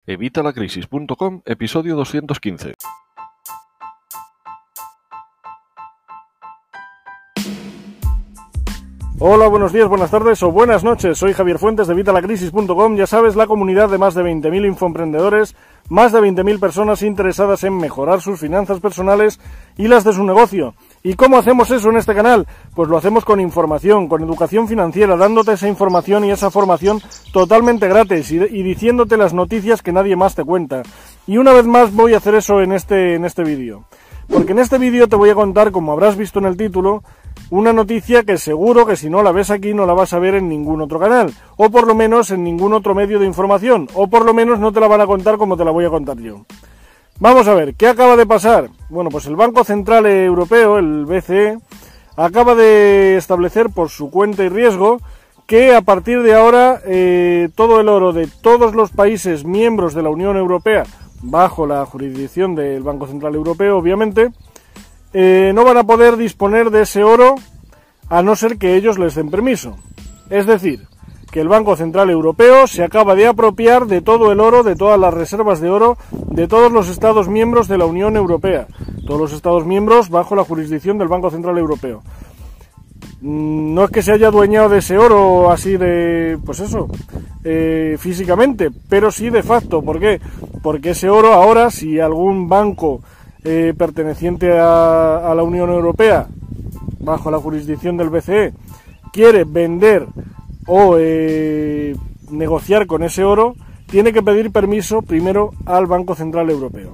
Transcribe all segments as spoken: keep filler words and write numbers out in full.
Evitalacrisis punto com, episodio doscientos quince. Hola, buenos días, buenas tardes o buenas noches. Soy Javier Fuentes de Evitalacrisis punto com. Ya sabes, la comunidad de más de veinte mil infoemprendedores, más de veinte mil personas interesadas en mejorar sus finanzas personales y las de su negocio. ¿Y cómo hacemos eso en este canal? Pues lo hacemos con información, con educación financiera, dándote esa información y esa formación totalmente gratis y, y diciéndote las noticias que nadie más te cuenta. Y una vez más voy a hacer eso en este, en este vídeo. Porque en este vídeo te voy a contar, como habrás visto en el título, una noticia que seguro que si no la ves aquí no la vas a ver en ningún otro canal, o por lo menos en ningún otro medio de información, o por lo menos no te la van a contar como te la voy a contar yo. Vamos a ver, ¿qué acaba de pasar? Bueno, pues el Banco Central Europeo, el B C E, acaba de establecer por su cuenta y riesgo que a partir de ahora eh, todo el oro de todos los países miembros de la Unión Europea, bajo la jurisdicción del Banco Central Europeo, obviamente, eh, no van a poder disponer de ese oro a no ser que ellos les den permiso. Es decir, que el Banco Central Europeo se acaba de apropiar de todo el oro, de todas las reservas de oro de todos los Estados miembros de la Unión Europea, todos los Estados miembros bajo la jurisdicción del Banco Central Europeo. No es que se haya adueñado de ese oro así de, pues eso, eh, físicamente, pero sí de facto. ¿Por qué? Porque ese oro ahora, si algún banco eh, perteneciente a, a la Unión Europea, bajo la jurisdicción del B C E, quiere vender o eh, negociar con ese oro, tiene que pedir permiso primero al Banco Central Europeo.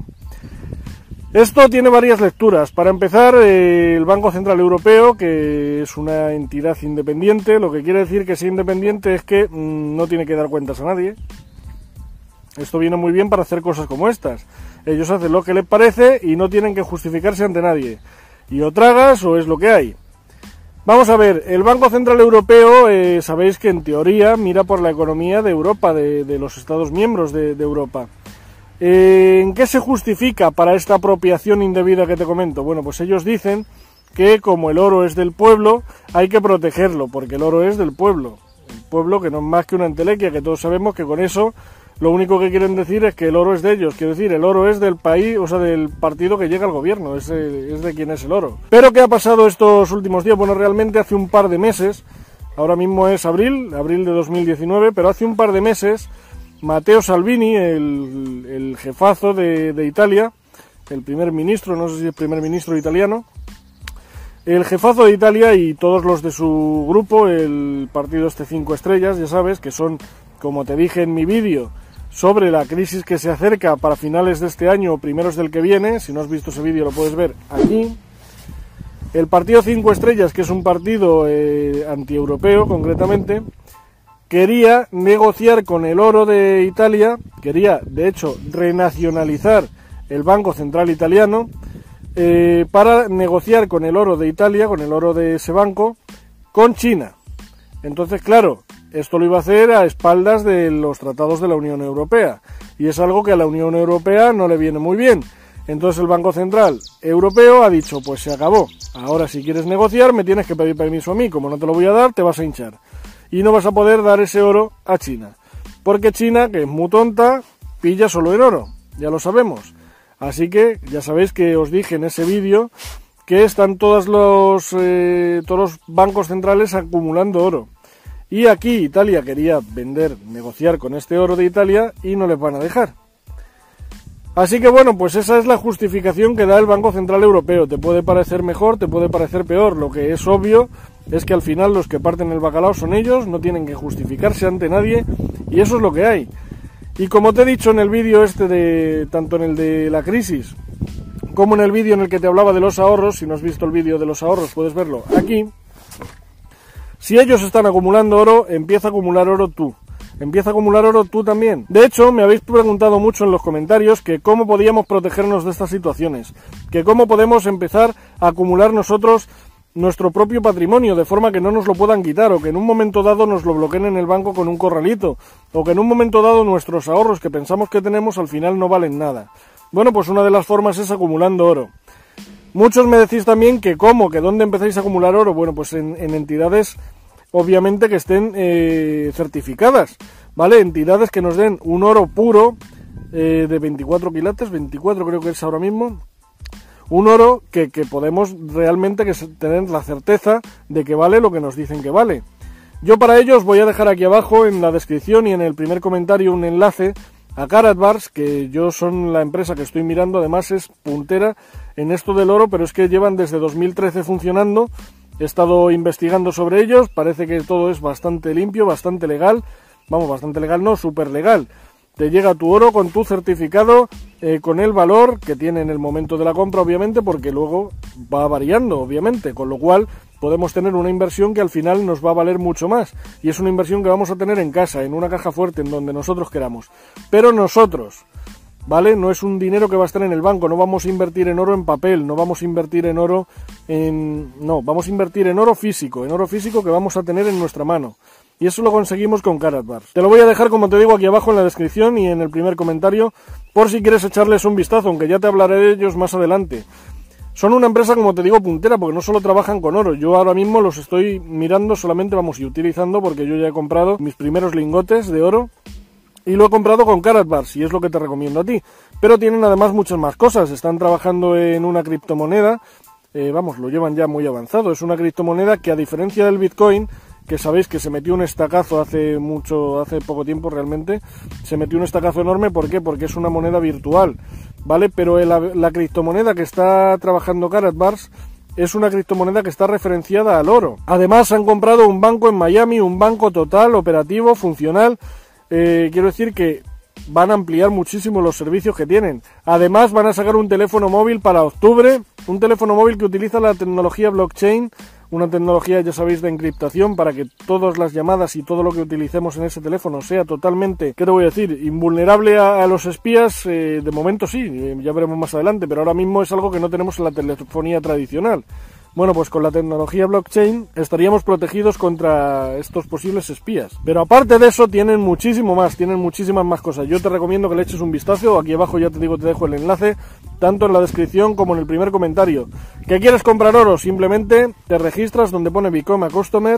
Esto tiene varias lecturas. Para empezar, eh, el Banco Central Europeo, que es una entidad independiente, lo que quiere decir que sea independiente es que mmm, no tiene que dar cuentas a nadie. Esto viene muy bien para hacer cosas como estas. Ellos hacen lo que les parece y no tienen que justificarse ante nadie. Y o tragas o es lo que hay. Vamos a ver, el Banco Central Europeo, eh, sabéis que en teoría mira por la economía de Europa, de, de los Estados miembros de, de Europa. Eh, ¿En qué se justifica para esta apropiación indebida que te comento? Bueno, pues ellos dicen que como el oro es del pueblo, hay que protegerlo, porque el oro es del pueblo. El pueblo que no es más que una entelequia, que todos sabemos que con eso lo único que quieren decir es que el oro es de ellos. Quiero decir, el oro es del país, o sea, del partido que llega al gobierno, es, es de quien es el oro. Pero ¿qué ha pasado estos últimos días? Bueno, realmente hace un par de meses, ahora mismo es abril, abril de dos mil diecinueve, pero hace un par de meses, Matteo Salvini, el, el jefazo de, de Italia, el primer ministro, no sé si es primer ministro italiano, el jefazo de Italia y todos los de su grupo, el partido este cinco estrellas, ya sabes, que son, como te dije en mi vídeo, sobre la crisis que se acerca para finales de este año o primeros del que viene. Si no has visto ese vídeo lo puedes ver aquí. El partido cinco estrellas, que es un partido eh, antieuropeo concretamente, quería negociar con el oro de Italia, quería de hecho renacionalizar el Banco Central Italiano, eh, para negociar con el oro de Italia, con el oro de ese banco, con China. Entonces, claro, esto lo iba a hacer a espaldas de los tratados de la Unión Europea, y es algo que a la Unión Europea no le viene muy bien. Entonces el Banco Central Europeo ha dicho, pues se acabó, ahora si quieres negociar me tienes que pedir permiso a mí, como no te lo voy a dar te vas a hinchar, y no vas a poder dar ese oro a China, porque China, que es muy tonta, pilla solo el oro, ya lo sabemos. Así que ya sabéis que os dije en ese vídeo que están todos los, eh, todos los bancos centrales acumulando oro. Y aquí Italia quería vender, negociar con este oro de Italia y no les van a dejar. Así que bueno, pues esa es la justificación que da el Banco Central Europeo. Te puede parecer mejor, te puede parecer peor. Lo que es obvio es que al final los que parten el bacalao son ellos, no tienen que justificarse ante nadie y eso es lo que hay. Y como te he dicho en el vídeo este, de tanto en el de la crisis como en el vídeo en el que te hablaba de los ahorros, si no has visto el vídeo de los ahorros puedes verlo aquí. Si ellos están acumulando oro, empieza a acumular oro tú. Empieza a acumular oro tú también. De hecho, me habéis preguntado mucho en los comentarios que cómo podíamos protegernos de estas situaciones, que cómo podemos empezar a acumular nosotros nuestro propio patrimonio, de forma que no nos lo puedan quitar, o que en un momento dado nos lo bloqueen en el banco con un corralito, o que en un momento dado nuestros ahorros que pensamos que tenemos al final no valen nada. Bueno, pues una de las formas es acumulando oro. Muchos me decís también que cómo, que dónde empezáis a acumular oro. Bueno, pues en, en entidades obviamente que estén eh, certificadas, ¿vale? Entidades que nos den un oro puro, eh, de veinticuatro quilates, veinticuatro creo que es ahora mismo. Un oro que, que podemos realmente que tener la certeza de que vale lo que nos dicen que vale. Yo para ello os voy a dejar aquí abajo en la descripción y en el primer comentario un enlace a Karatbars, que yo son la empresa que estoy mirando, además es puntera en esto del oro, pero es que llevan desde dos mil trece funcionando. He estado investigando sobre ellos, parece que todo es bastante limpio, bastante legal, vamos, bastante legal no, súper legal. Te llega tu oro con tu certificado, eh, con el valor que tiene en el momento de la compra, obviamente, porque luego va variando, obviamente, con lo cual podemos tener una inversión que al final nos va a valer mucho más. Y es una inversión que vamos a tener en casa, en una caja fuerte, en donde nosotros queramos. Pero nosotros, ¿vale? No es un dinero que va a estar en el banco, no vamos a invertir en oro en papel, no vamos a invertir en oro en... No, vamos a invertir en oro físico, en oro físico que vamos a tener en nuestra mano. Y eso lo conseguimos con Karatbars. Te lo voy a dejar, como te digo, aquí abajo en la descripción y en el primer comentario, por si quieres echarles un vistazo, aunque ya te hablaré de ellos más adelante. Son una empresa, como te digo, puntera, porque no solo trabajan con oro. Yo ahora mismo los estoy mirando solamente, vamos, y utilizando, porque yo ya he comprado mis primeros lingotes de oro, y lo he comprado con Karatbars, y es lo que te recomiendo a ti. Pero tienen además muchas más cosas. Están trabajando en una criptomoneda, eh, vamos, lo llevan ya muy avanzado. Es una criptomoneda que, a diferencia del Bitcoin, que sabéis que se metió un estacazo hace mucho, hace poco tiempo realmente, se metió un estacazo enorme. ¿Por qué? Porque es una moneda virtual, ¿vale? Pero la, la criptomoneda que está trabajando Karatbars es una criptomoneda que está referenciada al oro. Además han comprado un banco en Miami, un banco total, operativo, funcional. Eh, quiero decir que van a ampliar muchísimo los servicios que tienen. Además van a sacar un teléfono móvil para octubre, un teléfono móvil que utiliza la tecnología blockchain, una tecnología, ya sabéis, de encriptación, para que todas las llamadas y todo lo que utilicemos en ese teléfono sea totalmente, ¿qué te voy a decir?, invulnerable a, a los espías. Eh, de momento sí, eh, ya veremos más adelante, pero ahora mismo es algo que no tenemos en la telefonía tradicional. Bueno, pues con la tecnología blockchain estaríamos protegidos contra estos posibles espías. Pero aparte de eso tienen muchísimo más, tienen muchísimas más cosas. Yo te recomiendo que le eches un vistazo. Aquí abajo ya te digo, te dejo el enlace, tanto en la descripción como en el primer comentario. ¿Que quieres comprar oro? Simplemente te registras donde pone Become a Customer.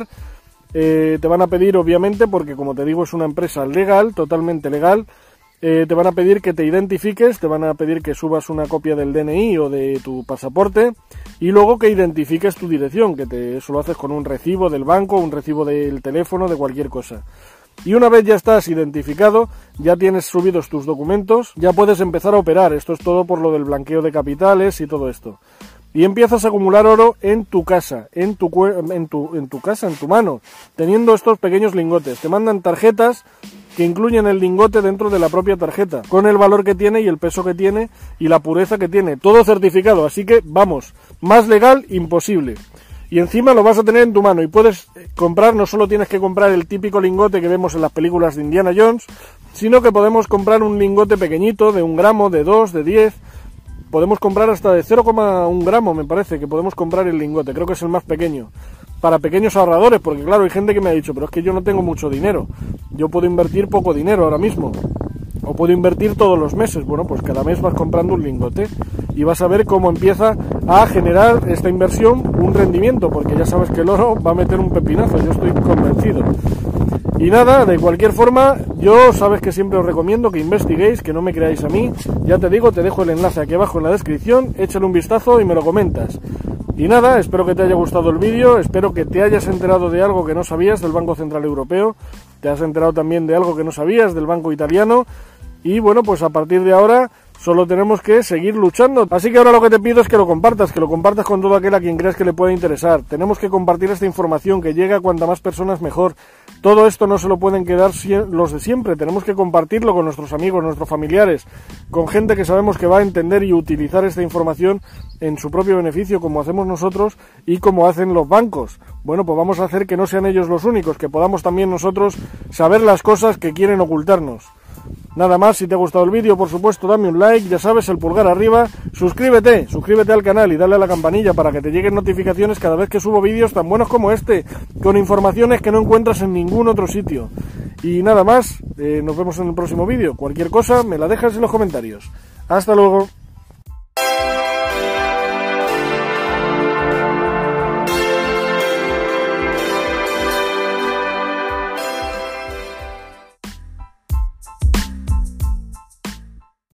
Eh, te van a pedir, obviamente, porque como te digo es una empresa legal, totalmente legal. Eh, te van a pedir que te identifiques, te van a pedir que subas una copia del D N I o de tu pasaporte y luego que identifiques tu dirección, que te, eso lo haces con un recibo del banco, un recibo del teléfono, de cualquier cosa. Y una vez ya estás identificado, ya tienes subidos tus documentos, ya puedes empezar a operar. Esto es todo por lo del blanqueo de capitales y todo esto. Y empiezas a acumular oro en tu casa, en tu, en tu, en tu casa, en tu mano, teniendo estos pequeños lingotes. Te mandan tarjetas que incluyen el lingote dentro de la propia tarjeta, con el valor que tiene y el peso que tiene y la pureza que tiene, todo certificado. Así que, vamos, más legal imposible. Y encima lo vas a tener en tu mano y puedes comprar, no solo tienes que comprar el típico lingote que vemos en las películas de Indiana Jones, sino que podemos comprar un lingote pequeñito de un gramo, de dos, de diez. Podemos comprar hasta de cero coma uno gramo, me parece, que podemos comprar el lingote, creo que es el más pequeño. Para pequeños ahorradores, porque claro, hay gente que me ha dicho, pero es que yo no tengo mucho dinero, yo puedo invertir poco dinero ahora mismo, o puedo invertir todos los meses. Bueno, pues cada mes vas comprando un lingote y vas a ver cómo empieza a generar esta inversión un rendimiento, porque ya sabes que el oro va a meter un pepinazo, yo estoy convencido. Y nada, de cualquier forma, yo sabes que siempre os recomiendo que investiguéis, que no me creáis a mí. Ya te digo, te dejo el enlace aquí abajo en la descripción, échale un vistazo y me lo comentas. Y nada, espero que te haya gustado el vídeo, espero que te hayas enterado de algo que no sabías del Banco Central Europeo, te has enterado también de algo que no sabías del Banco Italiano, y bueno, pues a partir de ahora solo tenemos que seguir luchando. Así que ahora lo que te pido es que lo compartas, que lo compartas con todo aquel a quien creas que le pueda interesar. Tenemos que compartir esta información, que llegue a cuanta más personas mejor. Todo esto no se lo pueden quedar los de siempre, tenemos que compartirlo con nuestros amigos, nuestros familiares, con gente que sabemos que va a entender y utilizar esta información en su propio beneficio, como hacemos nosotros y como hacen los bancos. Bueno, pues vamos a hacer que no sean ellos los únicos, que podamos también nosotros saber las cosas que quieren ocultarnos. Nada más, si te ha gustado el vídeo, por supuesto, dame un like, ya sabes, el pulgar arriba, suscríbete, suscríbete al canal y dale a la campanilla para que te lleguen notificaciones cada vez que subo vídeos tan buenos como este, con informaciones que no encuentras en ningún otro sitio. Y nada más, eh, nos vemos en el próximo vídeo. Cualquier cosa, me la dejas en los comentarios. Hasta luego.